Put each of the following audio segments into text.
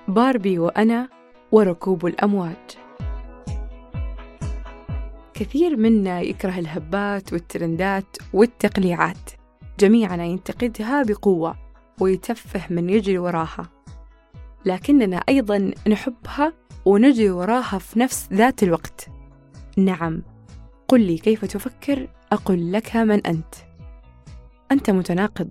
باربي وأنا وركوب الأمواج. كثير منا يكره الهبات والترندات والتقليعات، جميعنا ينتقدها بقوة ويتفه من يجري وراها، لكننا أيضاً نحبها ونجري وراها في نفس ذات الوقت. نعم، قل لي كيف تفكر أقول لك من أنت. أنت متناقض.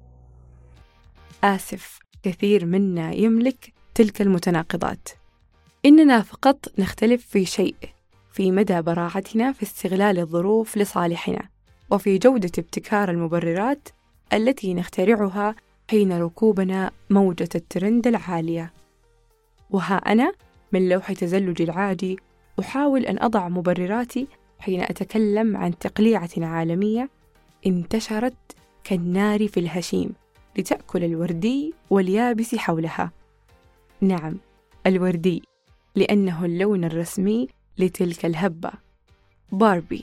آسف، كثير منا يملك تلك المتناقضات. إننا فقط نختلف في شيء، في مدى براعتنا في استغلال الظروف لصالحنا، وفي جودة ابتكار المبررات التي نخترعها حين ركوبنا موجة الترند العالية. وها أنا من لوح تزلج العادي أحاول أن أضع مبرراتي حين أتكلم عن تقليعة عالمية انتشرت كالنار في الهشيم لتأكل الوردي واليابس حولها. نعم، الوردي، لأنه اللون الرسمي لتلك الهبة، باربي.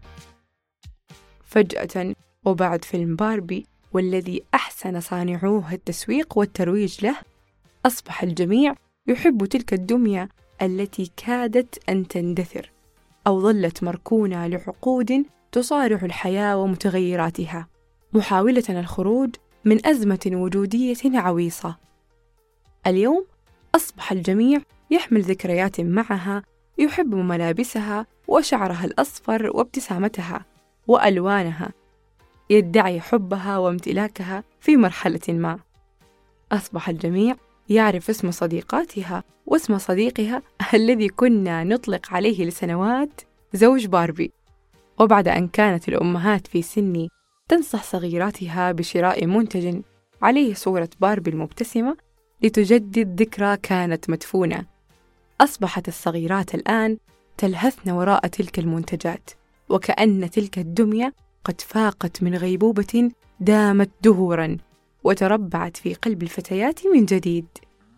فجأة وبعد فيلم باربي والذي أحسن صانعوه التسويق والترويج له، أصبح الجميع يحب تلك الدمية التي كادت أن تندثر أو ظلت مركونة لعقود تصارع الحياة ومتغيراتها، محاولة الخروج من أزمة وجودية عويصة. اليوم أصبح الجميع يحمل ذكريات معها، يحب ملابسها وشعرها الأصفر وابتسامتها وألوانها، يدعي حبها وامتلاكها في مرحلة ما. أصبح الجميع يعرف اسم صديقاتها واسم صديقها الذي كنا نطلق عليه لسنوات زوج باربي. وبعد أن كانت الأمهات في سني تنصح صغيراتها بشراء منتج عليه صورة باربي المبتسمة لتجدد ذكرى كانت مدفونة، أصبحت الصغيرات الآن تلهثن وراء تلك المنتجات، وكأن تلك الدمية قد فاقت من غيبوبة دامت دهوراً وتربعت في قلب الفتيات من جديد.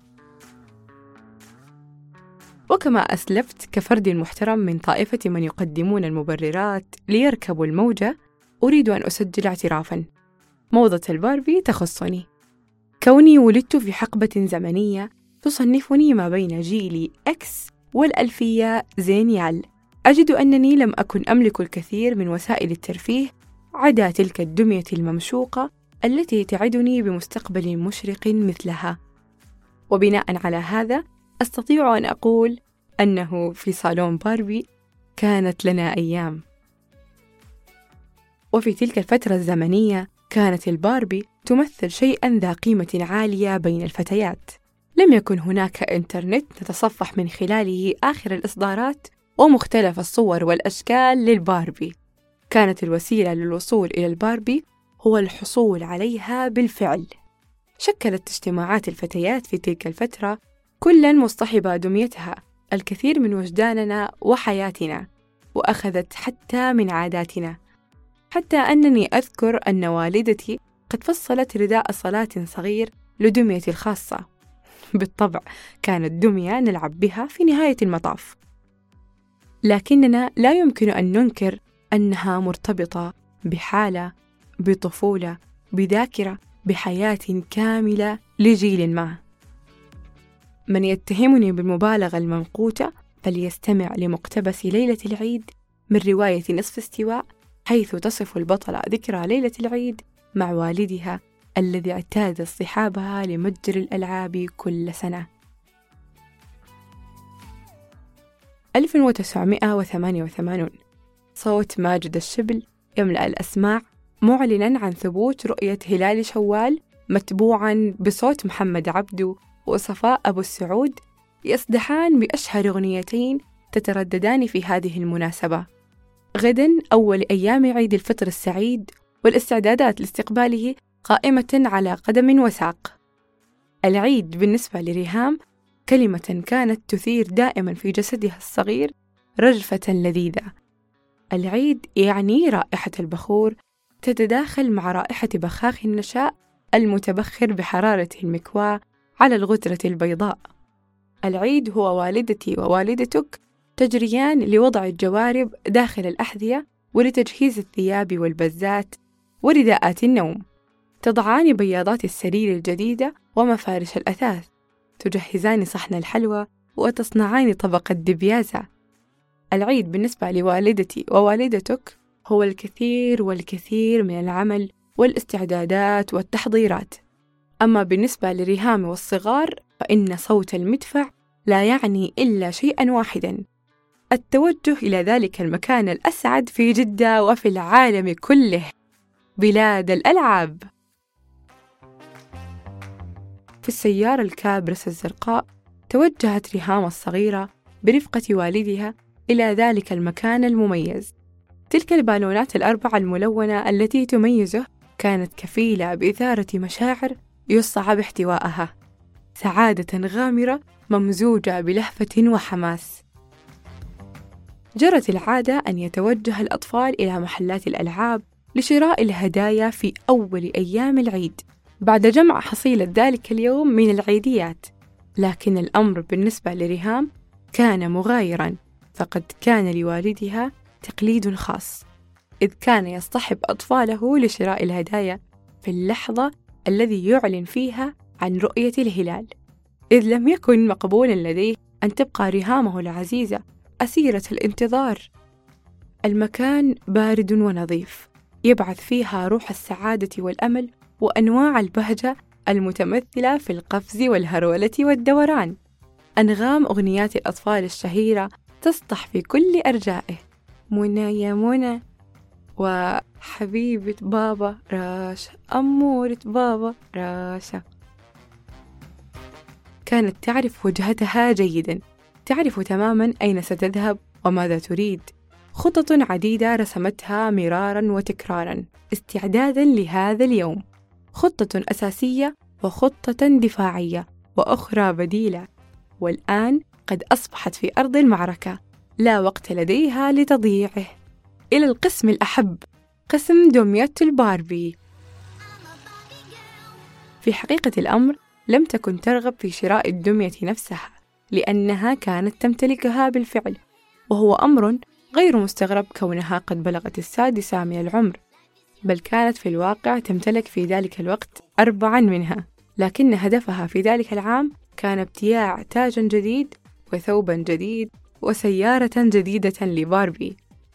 وكما أسلفت كفرد محترم من طائفة من يقدمون المبررات ليركبوا الموجة، أريد أن أسجل اعترافاً. موضة الباربي تخصني، كوني ولدت في حقبة زمنية تصنفني ما بين جيلي إكس والألفية زينيال. أجد أنني لم أكن أملك الكثير من وسائل الترفيه عدا تلك الدمية الممشوقة التي تعدني بمستقبل مشرق مثلها. وبناء على هذا أستطيع أن أقول أنه في صالون باربي كانت لنا أيام. وفي تلك الفترة الزمنية كانت الباربي تمثل شيئاً ذا قيمة عالية بين الفتيات. لم يكن هناك إنترنت نتصفح من خلاله آخر الإصدارات ومختلف الصور والأشكال للباربي. كانت الوسيلة للوصول إلى الباربي هو الحصول عليها بالفعل. شكلت اجتماعات الفتيات في تلك الفترة كلاً مصطحبة دميتها الكثير من وجداننا وحياتنا، وأخذت حتى من عاداتنا، حتى أنني أذكر أن والدتي قد فصلت رداء صلاة صغير لدميتي الخاصة. بالطبع كانت دمية نلعب بها في نهاية المطاف، لكننا لا يمكن أن ننكر أنها مرتبطة بحالة، بطفولة، بذاكرة، بحياة كاملة لجيل ما. من يتهمني بالمبالغة المنقوطة فليستمع لمقتبس ليلة العيد من رواية نصف استواء، حيث تصف البطلة ذكرى ليلة العيد مع والدها الذي اعتاد اصطحابها لمتجر الألعاب كل سنة. 1988. صوت ماجد الشبل يملأ الأسماع معلناً عن ثبوت رؤية هلال شوال، متبوعاً بصوت محمد عبدو وصفاء أبو السعود يصدحان بأشهر أغنيتين تترددان في هذه المناسبة. غداً أول أيام عيد الفطر السعيد، والاستعدادات لاستقباله قائمة على قدم وساق. العيد بالنسبة لريهام كلمة كانت تثير دائماً في جسدها الصغير رجفة لذيذة. العيد يعني رائحة البخور تتداخل مع رائحة بخاخ النشاء المتبخر بحرارة المكواة على الغترة البيضاء. العيد هو والدتي ووالدتك تجريان لوضع الجوارب داخل الأحذية ولتجهيز الثياب والبزات ورداءات النوم، تضعان بياضات السرير الجديدة ومفارش الأثاث، تجهزان صحن الحلوى وتصنعان طبق الدبيازة. العيد بالنسبة لوالدتي ووالدتك هو الكثير والكثير من العمل والاستعدادات والتحضيرات. أما بالنسبة لريهام والصغار فإن صوت المدفع لا يعني إلا شيئاً واحداً: التوجه إلى ذلك المكان الأسعد في جدة وفي العالم كله، بلاد الألعاب. في السيارة الكابرس الزرقاء توجهت ريهام الصغيرة برفقة والدها إلى ذلك المكان المميز. تلك البالونات الأربعة الملونة التي تميزه كانت كفيلة بإثارة مشاعر يصعب احتوائها، سعادة غامرة ممزوجة بلهفة وحماس. جرت العادة أن يتوجه الأطفال إلى محلات الألعاب لشراء الهدايا في أول أيام العيد بعد جمع حصيلة ذلك اليوم من العيديات، لكن الأمر بالنسبة لريهام كان مغايراً، فقد كان لوالدها تقليد خاص، إذ كان يصطحب أطفاله لشراء الهدايا في اللحظة الذي يعلن فيها عن رؤية الهلال، إذ لم يكن مقبولاً لديه أن تبقى ريهامه العزيزة أسيرة الانتظار. المكان بارد ونظيف، يبعث فيها روح السعادة والأمل وأنواع البهجة المتمثلة في القفز والهرولة والدوران. أنغام أغنيات الأطفال الشهيرة تسطح في كل أرجائه: منى يا منى، وحبيبة بابا راشا، أمورة بابا راشا. كانت تعرف وجهتها جيداً، تعرف تماماً أين ستذهب وماذا تريد. خطط عديدة رسمتها مراراً وتكراراً استعداداً لهذا اليوم، خطة أساسية وخطة دفاعية وأخرى بديلة، والآن قد أصبحت في أرض المعركة، لا وقت لديها لتضييعه. إلى القسم الأحب، قسم دمية الباربي. في حقيقة الأمر لم تكن ترغب في شراء الدمية نفسها، لأنها كانت تمتلكها بالفعل، وهو أمر غير مستغرب كونها قد بلغت 6 من العمر، بل كانت في الواقع تمتلك في ذلك الوقت 4 منها، لكن هدفها في ذلك العام كان ابتياع تاج جديد وثوبا جديد وسيارة جديدة لباربي.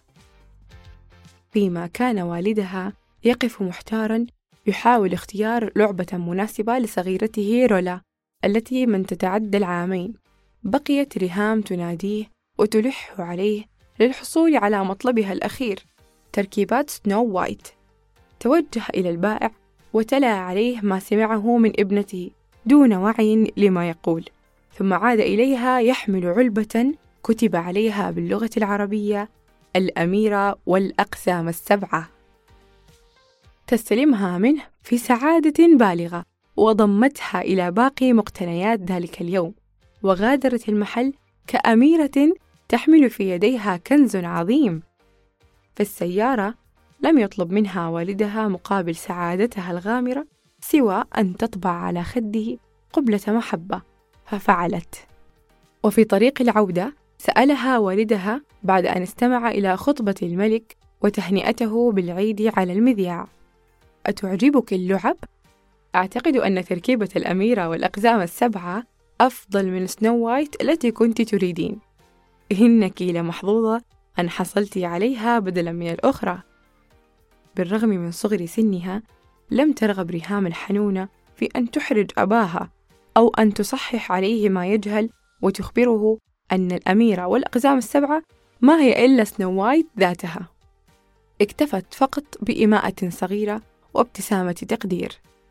فيما كان والدها يقف محتاراً يحاول اختيار لعبة مناسبة لصغيرته رولا التي من تتعدى العامين، بقيت ريهام تناديه وتلح عليه للحصول على مطلبها الأخير: تركيبات سنو وايت. توجه إلى البائع وتلا عليه ما سمعه من ابنته دون وعي لما يقول، ثم عاد إليها يحمل علبة كتب عليها باللغة العربية: الأميرة والأقزام السبعة. تستلمها منه في سعادة بالغة وضمتها إلى باقي مقتنيات ذلك اليوم، وغادرت المحل كأميرة تحمل في يديها كنز عظيم. في السيارة لم يطلب منها والدها مقابل سعادتها الغامرة سوى أن تطبع على خده قبلة محبة، ففعلت. وفي طريق العودة سألها والدها بعد أن استمع إلى خطبة الملك وتهنئته بالعيد على المذياع: أتعجبك اللعب؟ أعتقد أن تركيبة الأميرة والأقزام السبعة أفضل من سنو وايت التي كنت تريدين. إنك لمحظوظة أن حصلت عليها بدلاً من الأخرى. بالرغم من صغر سنها لم ترغب ريهام الحنونة في أن تحرج أباها أو أن تصحح عليه ما يجهل وتخبره أن الأميرة والأقزام السبعة ما هي إلا سنو وايت ذاتها. اكتفت فقط بإماءة صغيرة وابتسامة تقدير.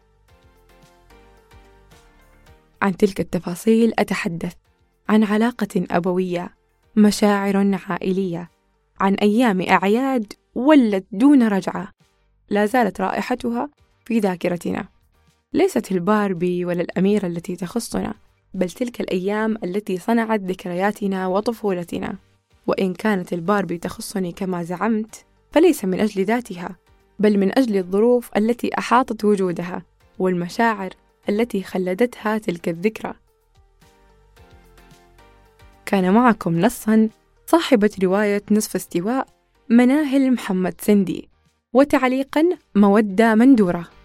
عن تلك التفاصيل أتحدث، عن علاقة أبوية، مشاعر عائلية، عن أيام أعياد ولت دون رجعة لا زالت رائحتها في ذاكرتنا. ليست الباربي ولا الأميرة التي تخصنا، بل تلك الأيام التي صنعت ذكرياتنا وطفولتنا. وإن كانت الباربي تخصني كما زعمت، فليس من أجل ذاتها، بل من أجل الظروف التي أحاطت وجودها والمشاعر التي خلدتها تلك الذكرى. كان معكم نصاً صاحبة رواية نصف استواء مناهل محمد سندي، وتعليقاً مودة مندورة.